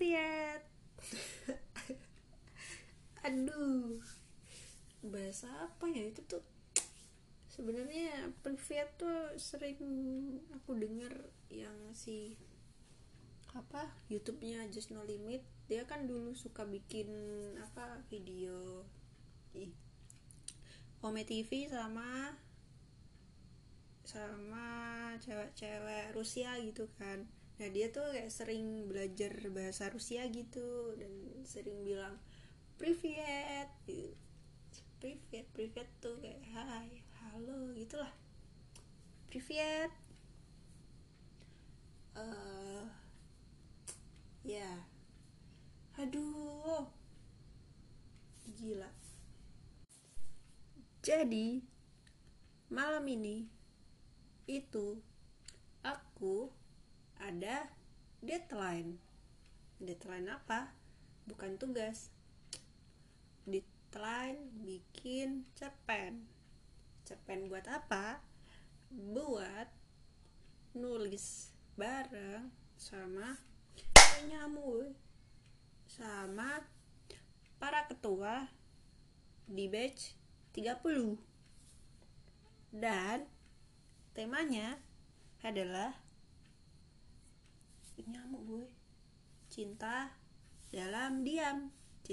Privet. Aduh, bahasa apa ya itu tuh? Sebenarnya Privet tuh sering aku dengar yang si YouTube-nya Just No Limit. Dia kan dulu suka bikin video Home TV sama cewek-cewek Rusia gitu kan. Nah dia tuh kayak sering belajar bahasa Rusia gitu dan sering bilang privet gitu. privet tuh kayak hai, halo gitulah. Privet. Ya. Aduh. Gila. Jadi malam ini itu aku ada deadline apa? Bukan tugas, deadline bikin cerpen buat apa? Buat nulis bareng sama nyamuk sama para ketua di batch 30 dan temanya adalah nyamuk gue cinta diam-diam,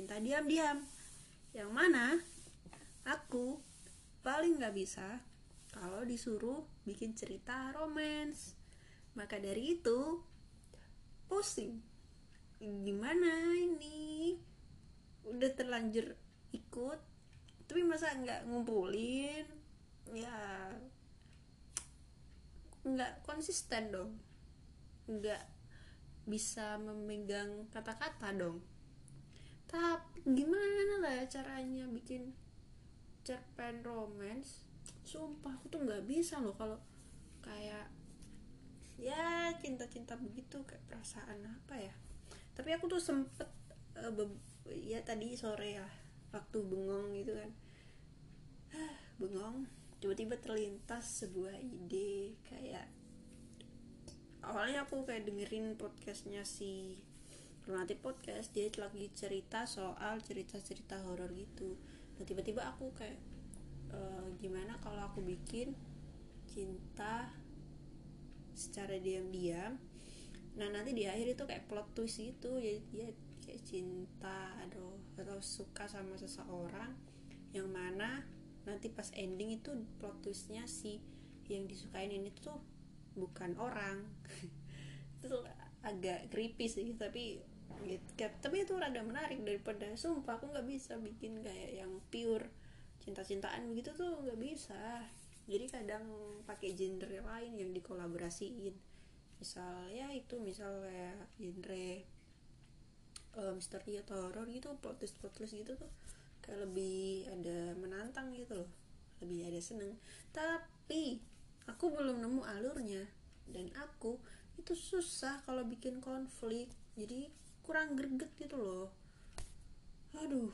yang mana aku paling gak bisa kalau disuruh bikin cerita romance. Maka dari itu pusing, gimana ini udah terlanjur ikut tapi masa gak ngumpulin, ya gak konsisten dong, gak bisa memegang kata-kata dong. Tapi gimana lah caranya bikin cerpen romance? Sumpah aku tuh nggak bisa loh kalau kayak ya cinta-cinta begitu, kayak perasaan apa ya. Tapi aku tuh sempet ya tadi sore ya waktu bengong gitu kan, bengong tiba-tiba terlintas sebuah ide. Kayak awalnya aku kayak dengerin podcastnya si Lunatic Podcast, dia lagi cerita soal cerita horor gitu. Nah tiba-tiba aku kayak gimana kalau aku bikin cinta secara diam-diam. Nah nanti di akhir itu kayak plot twist gitu, jadi dia kayak cinta atau suka sama seseorang yang mana nanti pas ending itu plot twistnya si yang disukain ini tuh bukan orang. Itu agak creepy sih, tapi itu rada menarik daripada sumpah aku nggak bisa bikin kayak yang pure cinta-cintaan begitu tuh nggak bisa. Jadi kadang pakai genre lain yang dikolaborasiin, misal kayak genre misteri atau horor gitu, plot twist gitu tuh kayak lebih ada menantang gitu loh, lebih ada seneng. Tapi aku belum nemu alurnya dan aku itu susah kalau bikin konflik, jadi kurang greget gitu loh. Aduh.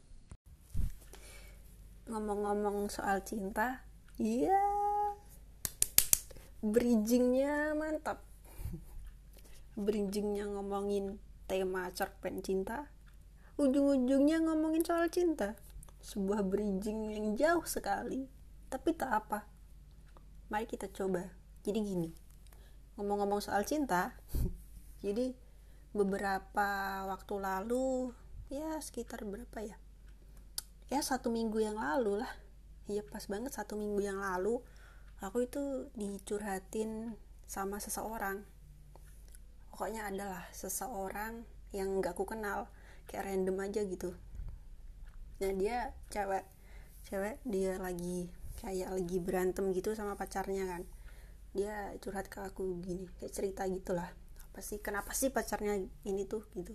Ngomong-ngomong soal cinta, iya, bridgingnya mantap. Bridgingnya ngomongin tema cerpen cinta, ujung-ujungnya ngomongin soal cinta. Sebuah bridging yang jauh sekali, tapi tak apa. Mari kita coba. Jadi gini, ngomong-ngomong soal cinta, jadi beberapa waktu lalu, ya sekitar berapa ya? Ya 1 minggu yang lalu lah. Iya pas banget 1 minggu yang lalu, aku itu dicurhatin sama seseorang. Pokoknya adalah seseorang yang gak aku kenal, kayak random aja gitu. Nah dia cewek, dia lagi berantem gitu sama pacarnya kan. Dia curhat ke aku gini, kayak cerita gitulah, kenapa sih pacarnya ini tuh gitu.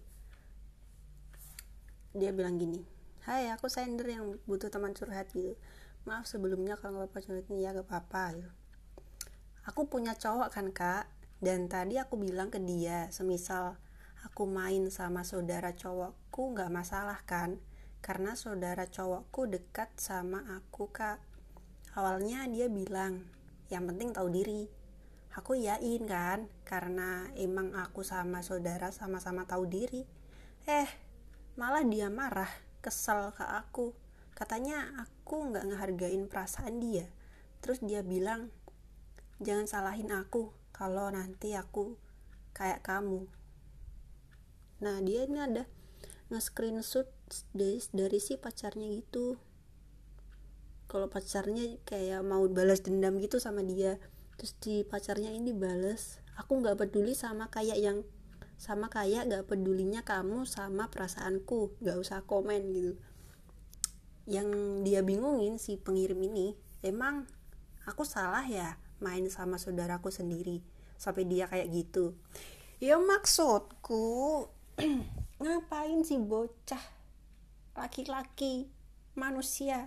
Dia bilang gini, hai aku sender yang butuh teman curhat gitu, maaf sebelumnya kalau gak apa-apa curhatin, ya gak apa-apa gitu. Aku punya cowok kan kak, dan tadi aku bilang ke dia semisal aku main sama saudara cowokku gak masalah kan, karena saudara cowokku dekat sama aku kak. Awalnya dia bilang yang penting tahu diri. Aku iyain kan, karena emang aku sama saudara sama-sama tahu diri. Malah dia marah, kesel ke aku. Katanya aku gak ngehargain perasaan dia. Terus dia bilang, jangan salahin aku kalau nanti aku kayak kamu. Nah, dia ini ada nge-screenshot dari si pacarnya gitu. Kalau pacarnya kayak mau balas dendam gitu sama dia, terus di pacarnya ini balas, aku nggak peduli sama kayak nggak pedulinya kamu sama perasaanku, nggak usah komen gitu. Yang dia bingungin si pengirim ini, emang aku salah ya main sama saudaraku sendiri sampai dia kayak gitu. Ya maksudku ngapain sih bocah laki-laki manusia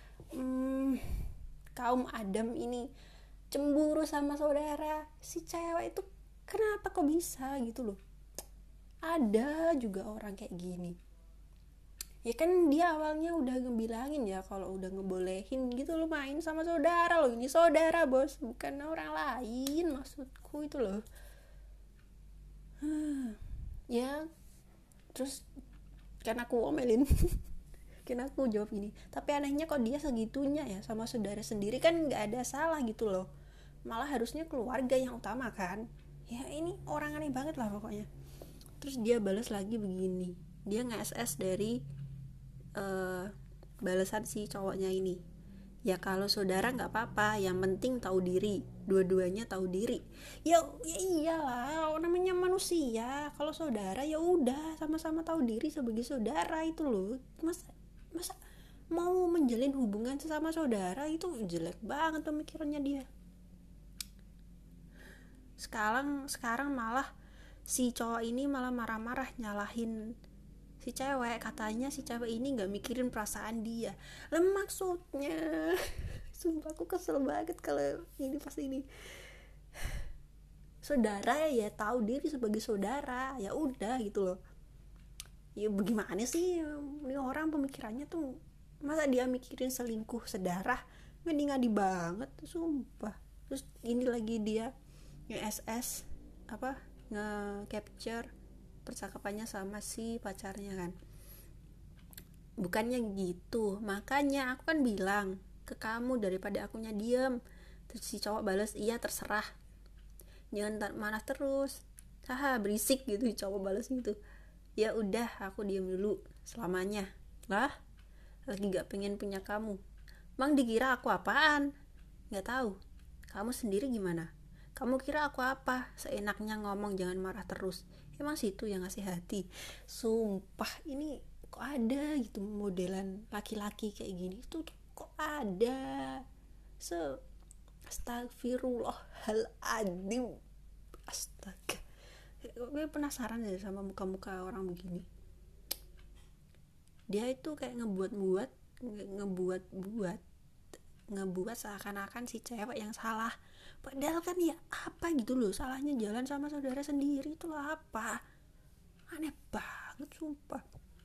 kaum Adam ini cemburu sama saudara si cewek itu? Kenapa kok bisa gitu loh? Ada juga orang kayak gini. Ya kan dia awalnya udah ngebilangin ya kalau udah ngebolehin gitu loh main sama saudara loh. Ini saudara bos, bukan orang lain, maksudku itu loh. Ya terus kan aku omelin kan aku jawab gini, tapi anehnya kok dia segitunya ya sama saudara sendiri, kan nggak ada salah gitu loh, malah harusnya keluarga yang utama kan. Ya ini orang aneh banget lah pokoknya. Terus dia balas lagi begini, dia nge-SS dari balasan si cowoknya ini, ya kalau saudara nggak apa-apa, yang penting tahu diri, dua-duanya tahu diri. Ya iyalah, namanya manusia. Kalau saudara ya udah sama-sama tahu diri sebagai saudara itu loh. Masa mau menjalin hubungan sesama saudara itu jelek banget pemikirannya dia. Sekarang malah si cowok ini malah marah-marah nyalahin si cewek, katanya si cewek ini nggak mikirin perasaan dia. Lah maksudnya sumpah aku kesel banget kalau ini pas ini. Saudara ya tahu diri sebagai saudara, ya udah gitu loh. Ya bagaimana sih ini orang pemikirannya tuh, masa dia mikirin selingkuh sedarah, ngadi banget sumpah. Terus ini lagi dia nge-SS nge-capture percakapannya sama si pacarnya kan. Bukannya gitu, makanya aku kan bilang ke kamu daripada akunya diem. Terus si cowok balas, iya terserah, jangan marah terus, berisik gitu si cowok balas gitu. Ya udah aku diem dulu selamanya lah, lagi gak pengen punya kamu. Emang dikira aku apaan? Gak tahu. Kamu sendiri gimana? Kamu kira aku apa? Seenaknya ngomong jangan marah terus. Emang situ yang ngasih hati. Sumpah ini kok ada gitu modelan laki-laki kayak gini tuh, kok ada. Astagfirullahaladzim. Astaga, gue penasaran deh sama muka-muka orang begini. Dia itu kayak ngebuat seakan-akan si cewek yang salah, padahal kan ya apa gitu loh salahnya jalan sama saudara sendiri itu apa. Aneh banget sumpah.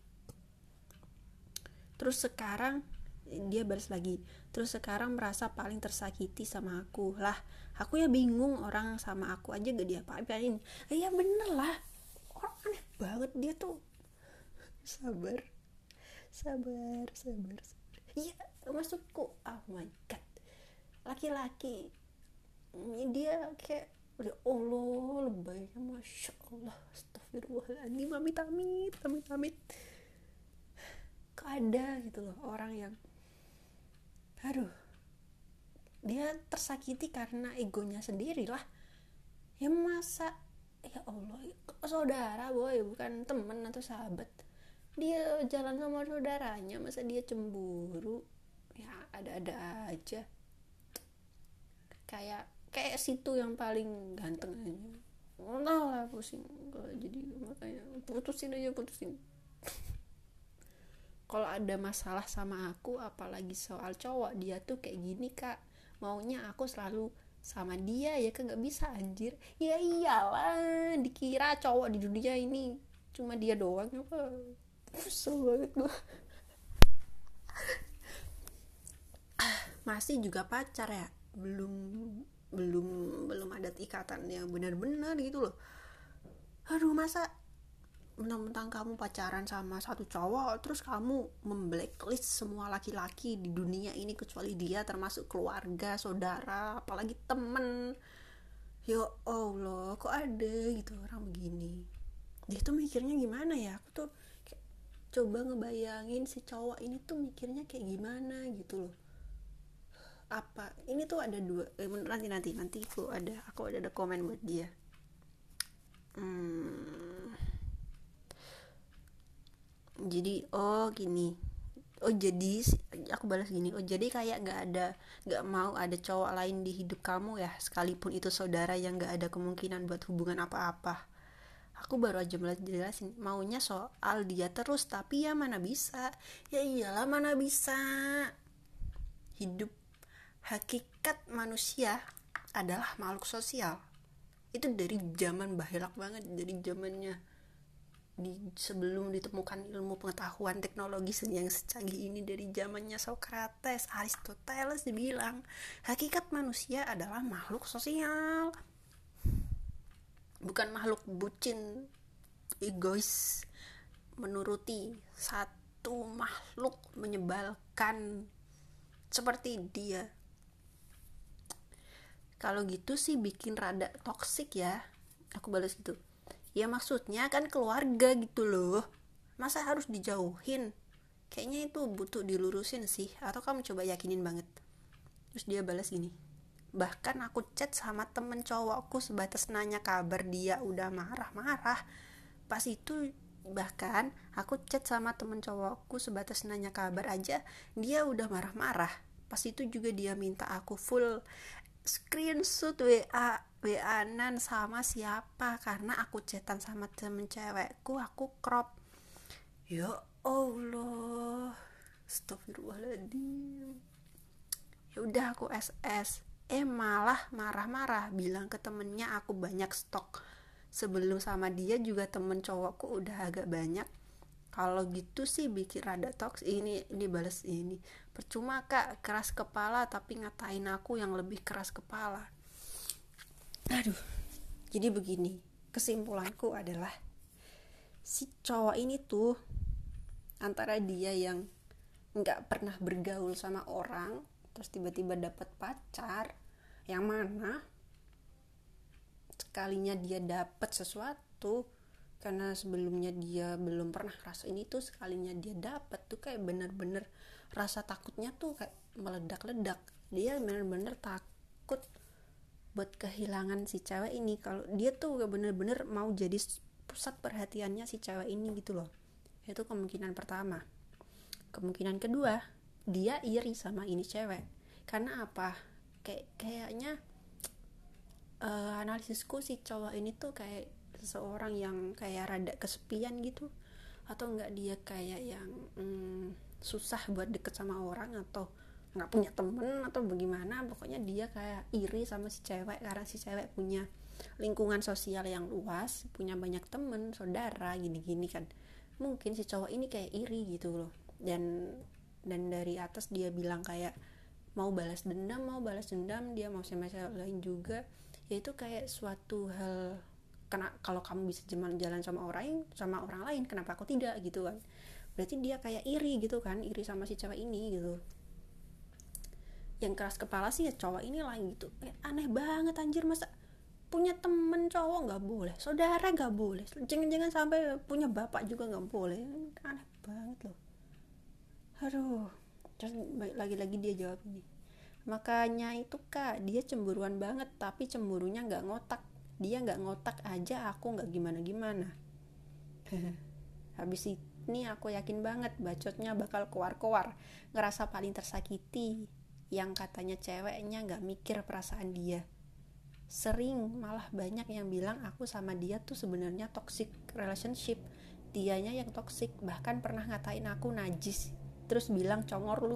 Terus sekarang dia balas lagi, terus sekarang merasa paling tersakiti sama aku. Lah aku ya bingung, orang sama aku aja gak diapa-apain. Ya bener lah, orang aneh banget dia tuh. Sabar. Iya maksudku, oh my god, laki-laki dia kayak ya Allah lebay, masya Allah, astagfirullahaladzim, amit kok ada gitu loh orang yang dia tersakiti karena egonya sendiri lah. Ya masa, ya Allah, saudara boy, bukan teman atau sahabat. Dia jalan sama saudaranya, masa dia cemburu? Ya ada-ada aja. Kayak situ yang paling ganteng aja. Nggak lah, pusing. Jadi makanya putusin. Kalau ada masalah sama aku, apalagi soal cowok, dia tuh kayak gini kak, maunya aku selalu sama dia, ya kan nggak bisa anjir. Ya iyalah, dikira cowok di dunia ini cuma dia doang apa? Kesel banget gue. Masih juga pacar ya, belum belum ada ikatan yang benar-benar gitu loh. Aduh, masa mentang-mentang kamu pacaran sama satu cowok terus kamu memblacklist semua laki-laki di dunia ini kecuali dia, termasuk keluarga, saudara, apalagi temen. Ya Allah, kok ada gitu orang begini. Dia tuh mikirnya gimana ya? Aku tuh kayak coba ngebayangin si cowok ini tuh mikirnya kayak gimana gitu loh. Apa ini tuh ada dua, nanti aku ada komen buat dia. Jadi gini, jadi aku balas gini, jadi kayak nggak mau ada cowok lain di hidup kamu ya, sekalipun itu saudara yang nggak ada kemungkinan buat hubungan apa-apa. Aku baru aja jelasin maunya soal dia terus, tapi ya mana bisa, ya iyalah mana bisa. Hidup hakikat manusia adalah makhluk sosial. Itu dari zaman bahelak banget, dari zamannya sebelum ditemukan ilmu pengetahuan teknologi yang secanggih ini, dari zamannya Socrates, Aristoteles dibilang hakikat manusia adalah makhluk sosial, bukan makhluk bucin, egois, menuruti satu makhluk menyebalkan seperti dia. Kalau gitu sih bikin rada toksik ya, aku balas gitu. Ya maksudnya kan keluarga gitu loh, masa harus dijauhin? Kayaknya itu butuh dilurusin sih, atau kamu coba yakinin banget. Terus dia balas gini, bahkan aku chat sama temen cowokku sebatas nanya kabar dia udah marah-marah. Pas itu bahkan aku chat sama temen cowokku sebatas nanya kabar aja dia udah marah-marah. Pas itu juga dia minta aku full screenshot WA-nan sama siapa, karena aku chatan sama temen cewekku aku crop. Ya Allah, astagfirullahaladzim. Ya udah aku SS, malah marah-marah bilang ke temennya aku banyak stok. Sebelum sama dia juga temen cowokku udah agak banyak. Kalau gitu sih bikin rada toks. Ini balas ini, percuma kak keras kepala tapi ngatain aku yang lebih keras kepala. Aduh, jadi begini, kesimpulanku adalah si cowok ini tuh antara dia yang nggak pernah bergaul sama orang terus tiba-tiba dapat pacar, yang mana sekalinya dia dapat sesuatu, karena sebelumnya dia belum pernah rasain itu, sekalinya dia dapat tuh kayak bener-bener rasa takutnya tuh kayak meledak-ledak. Dia bener-bener takut buat kehilangan si cewek ini. Kalau dia tuh bener-bener mau jadi pusat perhatiannya si cewek ini gitu loh. Itu kemungkinan pertama. Kemungkinan kedua, dia iri sama ini cewek. Karena apa? Kayaknya analisisku si cowok ini tuh kayak seseorang yang kayak rada kesepian gitu, atau enggak dia kayak yang susah buat deket sama orang, atau nggak punya temen, atau bagaimana. Pokoknya dia kayak iri sama si cewek karena si cewek punya lingkungan sosial yang luas, punya banyak temen, saudara, gini-gini kan. Mungkin si cowok ini kayak iri gitu loh, dan dari atas dia bilang kayak mau balas dendam, dia mau sama cewek lain juga. Ya itu kayak suatu hal, karena kalau kamu bisa jalan sama orang lain, kenapa aku tidak gitu kan. Berarti dia kayak iri gitu kan, iri sama si cewek ini gitu. Yang keras kepala sih ya cowok ini lah gitu. Aneh banget anjir, masa punya temen cowok nggak boleh, saudara nggak boleh, jangan sampai punya bapak juga nggak boleh. Aneh banget loh. Aduh. Terus lagi-lagi dia jawab ini, makanya itu kak dia cemburuan banget, tapi cemburunya nggak ngotak. Dia nggak ngotak aja aku nggak gimana-gimana. Habis ini aku yakin banget bacotnya bakal keluar, ngerasa paling tersakiti, yang katanya ceweknya nggak mikir perasaan dia. Sering malah banyak yang bilang aku sama dia tuh sebenarnya toxic relationship, dianya yang toxic, bahkan pernah ngatain aku najis, terus bilang congor lu.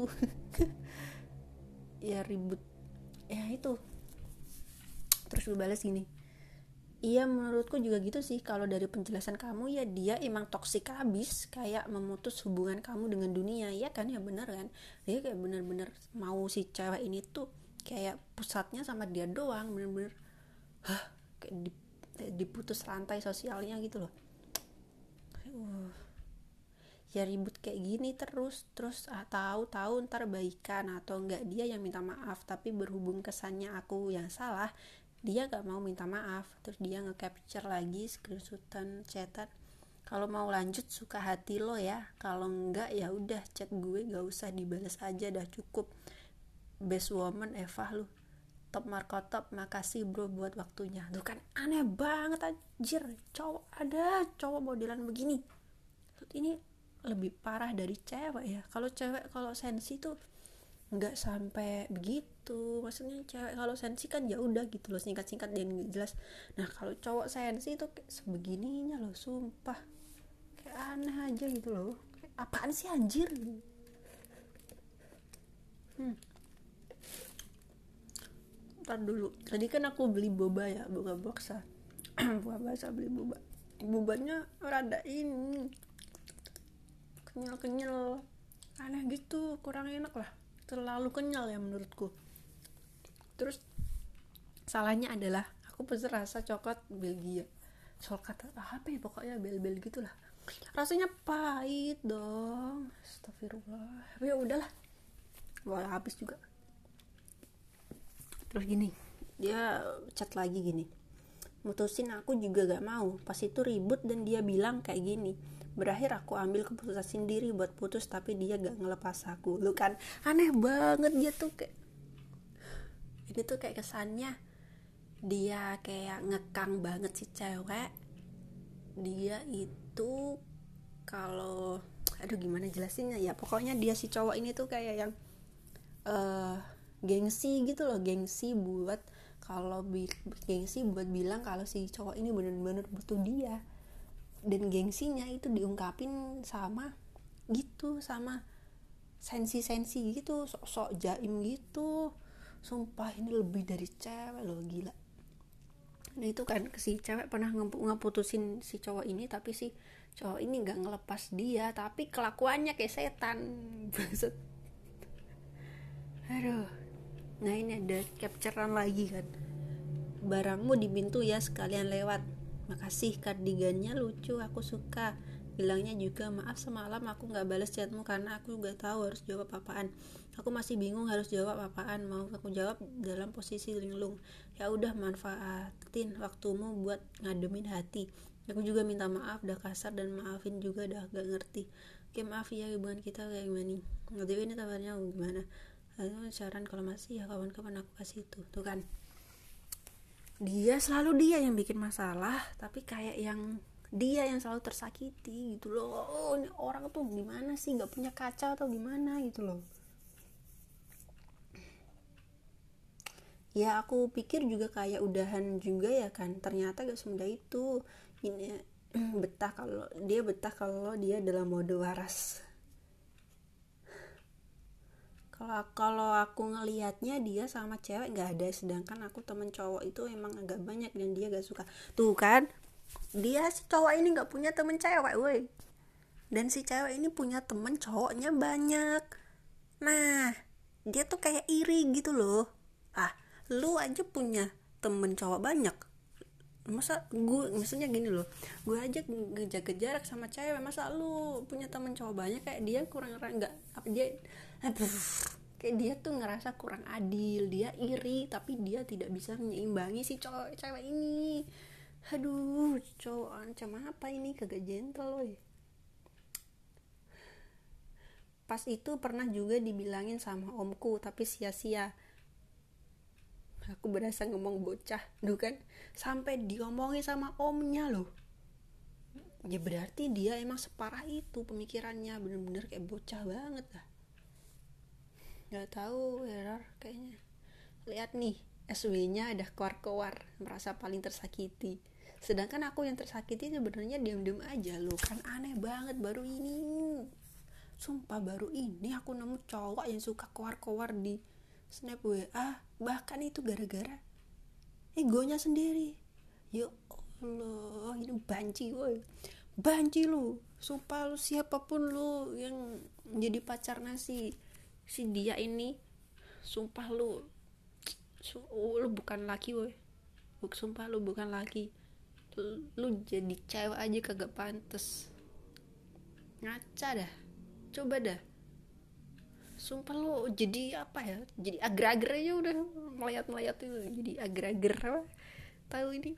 Ya ribut ya itu. Terus gue balas gini, iya menurutku juga gitu sih. Kalau dari penjelasan kamu ya dia emang toksik abis, kayak memutus hubungan kamu dengan dunia, ya kan, ya benar kan. Dia kayak bener-bener mau si cewek ini tuh kayak pusatnya sama dia doang, bener-bener kayak diputus rantai sosialnya gitu loh. Ya ribut kayak gini terus tahu-tahu ntar baikan atau enggak dia yang minta maaf, tapi berhubung kesannya aku yang salah, dia gak mau minta maaf, terus dia nge-capture lagi screenshotan chatan, kalau mau lanjut suka hati lo ya, kalau enggak ya udah chat gue gak usah dibalas aja dah, cukup. Best woman Eva lu, top markotop, makasih bro buat waktunya. Tuh kan aneh banget anjir, cowok modelan begini. Ini lebih parah dari cewek ya. Kalau cewek kalau sensi tuh nggak sampai begitu, maksudnya cewek kalau sensi kan ya udah gitu loh, singkat-singkat dan jelas. Nah kalau cowok sensi tuh kayak sebegininya loh, sumpah kayak aneh aja gitu loh, kayak apaan sih anjir. Ntar dulu, tadi kan aku beli boba ya, boba boxa buah basah, beli bobanya rada ini kenyal aneh gitu, kurang enak lah, terlalu kenyal ya menurutku. Terus salahnya adalah aku pesen rasa coklat Belgia, coklat apa ya pokoknya bel-bel gitulah, rasanya pahit dong, astagfirullah. Tapi ya udahlah, boleh habis juga. Terus gini, dia chat lagi gini, mutusin aku juga gak mau, pas itu ribut dan dia bilang kayak gini, berakhir aku ambil keputusan sendiri buat putus tapi dia gak ngelepas aku. Lu kan aneh banget, dia tuh kayak ini tuh kayak kesannya dia kayak ngekang banget si cewek. Dia itu kalau gimana jelasinnya ya, pokoknya dia si cowok ini tuh kayak yang gengsi gitu loh, gengsi buat bilang kalau si cowok ini benar-benar butuh dia, dan gengsinya itu diungkapin sama sensi gitu, sok-sok jaim gitu. Sumpah ini lebih dari cewek loh, gila. Nah itu kan si cewek pernah ngeputusin si cowok ini, tapi si cowok ini gak ngelepas dia, tapi kelakuannya kayak setan. Maksud nah ini ada capturean lagi kan, barangmu di pintu ya sekalian lewat, makasih kardigannya lucu aku suka, bilangnya juga maaf semalam aku gak balas chatmu karena aku gak tahu harus jawab apaan, aku masih bingung harus jawab apaan, mau aku jawab dalam posisi linglung, ya udah manfaatin waktumu buat ngademin hati, aku juga minta maaf dah kasar dan maafin juga dah gak ngerti. Oke maaf ya hubungan kita kayak gimana, ngerti ini kabarnya gimana, saran kalau masih ya kawan-kawan aku kasih itu. Tuh kan dia yang bikin masalah, tapi kayak yang dia yang selalu tersakiti gitu loh. Ini orang tuh gimana sih, gak punya kaca atau gimana gitu loh. Ya aku pikir juga kayak udahan juga ya kan, ternyata gak semudah itu. Ini betah kalau dia dalam mode waras. Kalau aku ngelihatnya dia sama cewek nggak ada, sedangkan aku temen cowok itu emang agak banyak dan dia gak suka. Tuh kan dia si cowok ini nggak punya temen cewek woi, dan si cewek ini punya temen cowoknya banyak. Nah dia tuh kayak iri gitu loh. Lu aja punya temen cowok banyak, maksudnya gini loh, gue aja jaga jarak sama cewek, masa lu punya temen cowok banyak, kayak dia kurang nggak apa dia kayak dia tuh ngerasa kurang adil, dia iri tapi dia tidak bisa menyeimbangi si cewek ini. Cowok macam apa ini, kagak gentle loh. Pas itu pernah juga dibilangin sama omku tapi sia-sia, aku berasa ngomong bocah, kan sampai diomongin sama omnya loh. Ya berarti dia emang separah itu pemikirannya, bener-bener kayak bocah banget lah. Gak tahu error kayaknya. Lihat nih SW-nya ada keluar merasa paling tersakiti, sedangkan aku yang tersakiti sebenarnya diam-diam aja loh. Kan aneh banget, baru ini aku nemu cowok yang suka keluar di snap WA, bahkan itu gara-gara egonya sendiri. Ya Allah, ini banci lu, sumpah lu, siapapun lu yang jadi pacarnya si dia ini, sumpah lu Lu bukan laki woy, sumpah lu bukan laki, lu jadi cewek aja kagak pantes. Ngaca dah, coba dah, sumpah lu jadi apa ya, jadi ager-ager aja udah, melayat-melayat itu jadi ager-ager apa tahu ini.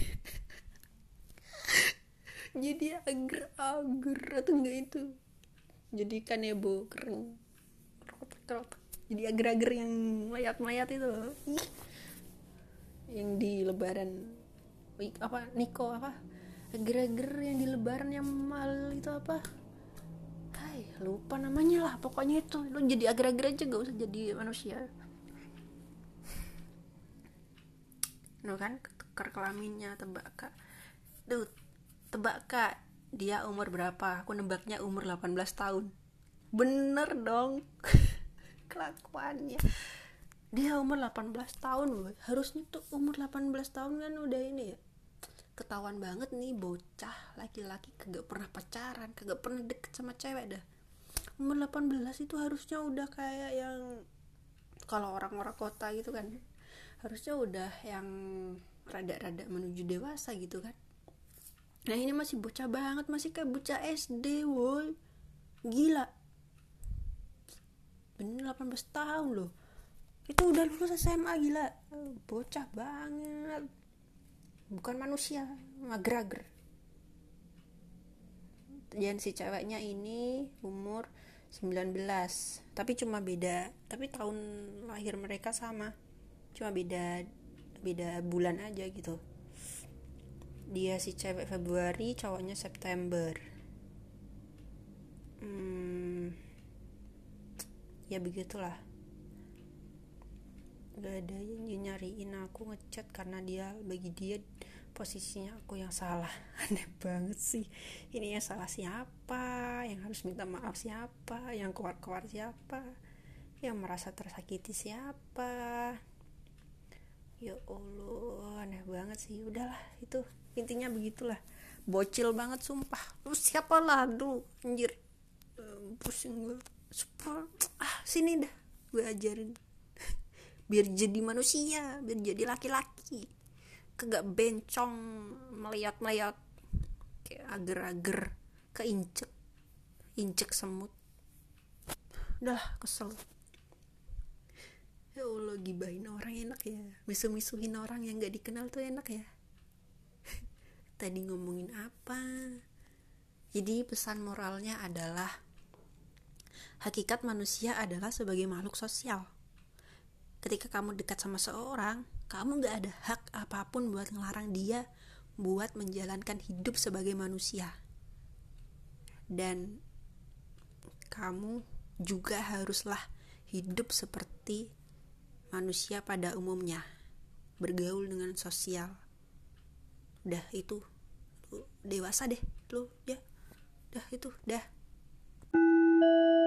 Jadi ager-ager atau enggak itu, jadi kanebo keren, jadi ager-ager yang melayat-melayat itu loh. Yang di lebaran apa Niko apa ager-ager yang di lebaran yang mal itu apa, hai lupa namanya lah, pokoknya itu lu jadi ager-ager aja, gak usah jadi manusia. Lu kan tukar kelaminnya, tebak kak, tebak kak dia umur berapa, aku nebaknya umur 18 tahun. Bener dong. Kelakuannya dia umur 18 tahun loh. Harusnya tuh umur 18 tahun kan udah ini ya, ketahuan banget nih bocah laki-laki kagak pernah pacaran, kagak pernah deket sama cewek dah. Umur 18 itu harusnya udah kayak yang, kalau orang-orang kota gitu kan, harusnya udah yang rada-rada menuju dewasa gitu kan. Nah ini masih bocah banget, masih kayak bocah SD woi. Gila, bener 18 tahun loh, itu udah lulus SMA, gila, bocah banget, bukan manusia, mager-ager. Dan si ceweknya ini umur 19, tapi cuma beda, tapi tahun lahir mereka sama, cuma beda bulan aja gitu. Dia si cewek Februari, cowoknya September. Ya begitulah. Gak ada yang nyariin aku ngechat karena bagi dia posisinya aku yang salah. Aneh banget sih, ini yang salah siapa, yang harus minta maaf siapa, yang keluar siapa, yang merasa tersakiti siapa. Ya Allah, aneh banget sih. Udahlah, itu intinya begitulah. Bocil banget sumpah. Lu siapa lah, aduh anjir, pusing gue. Sini dah gue ajarin biar jadi manusia, biar jadi laki-laki, kagak bencong melayat-melayat kayak ager-ager, keinjek semut. Udah kesel. Ya Allah, gibahin orang enak ya, misuh-misuhin orang yang gak dikenal tuh enak ya. Tadi ngomongin apa? Jadi pesan moralnya adalah, hakikat manusia adalah sebagai makhluk sosial. Ketika kamu dekat sama seorang, kamu gak ada hak apapun buat ngelarang dia buat menjalankan hidup sebagai manusia. Dan kamu juga haruslah hidup seperti manusia pada umumnya, bergaul dengan sosial. Udah itu, lu dewasa deh lu ya. Udah itu, dah.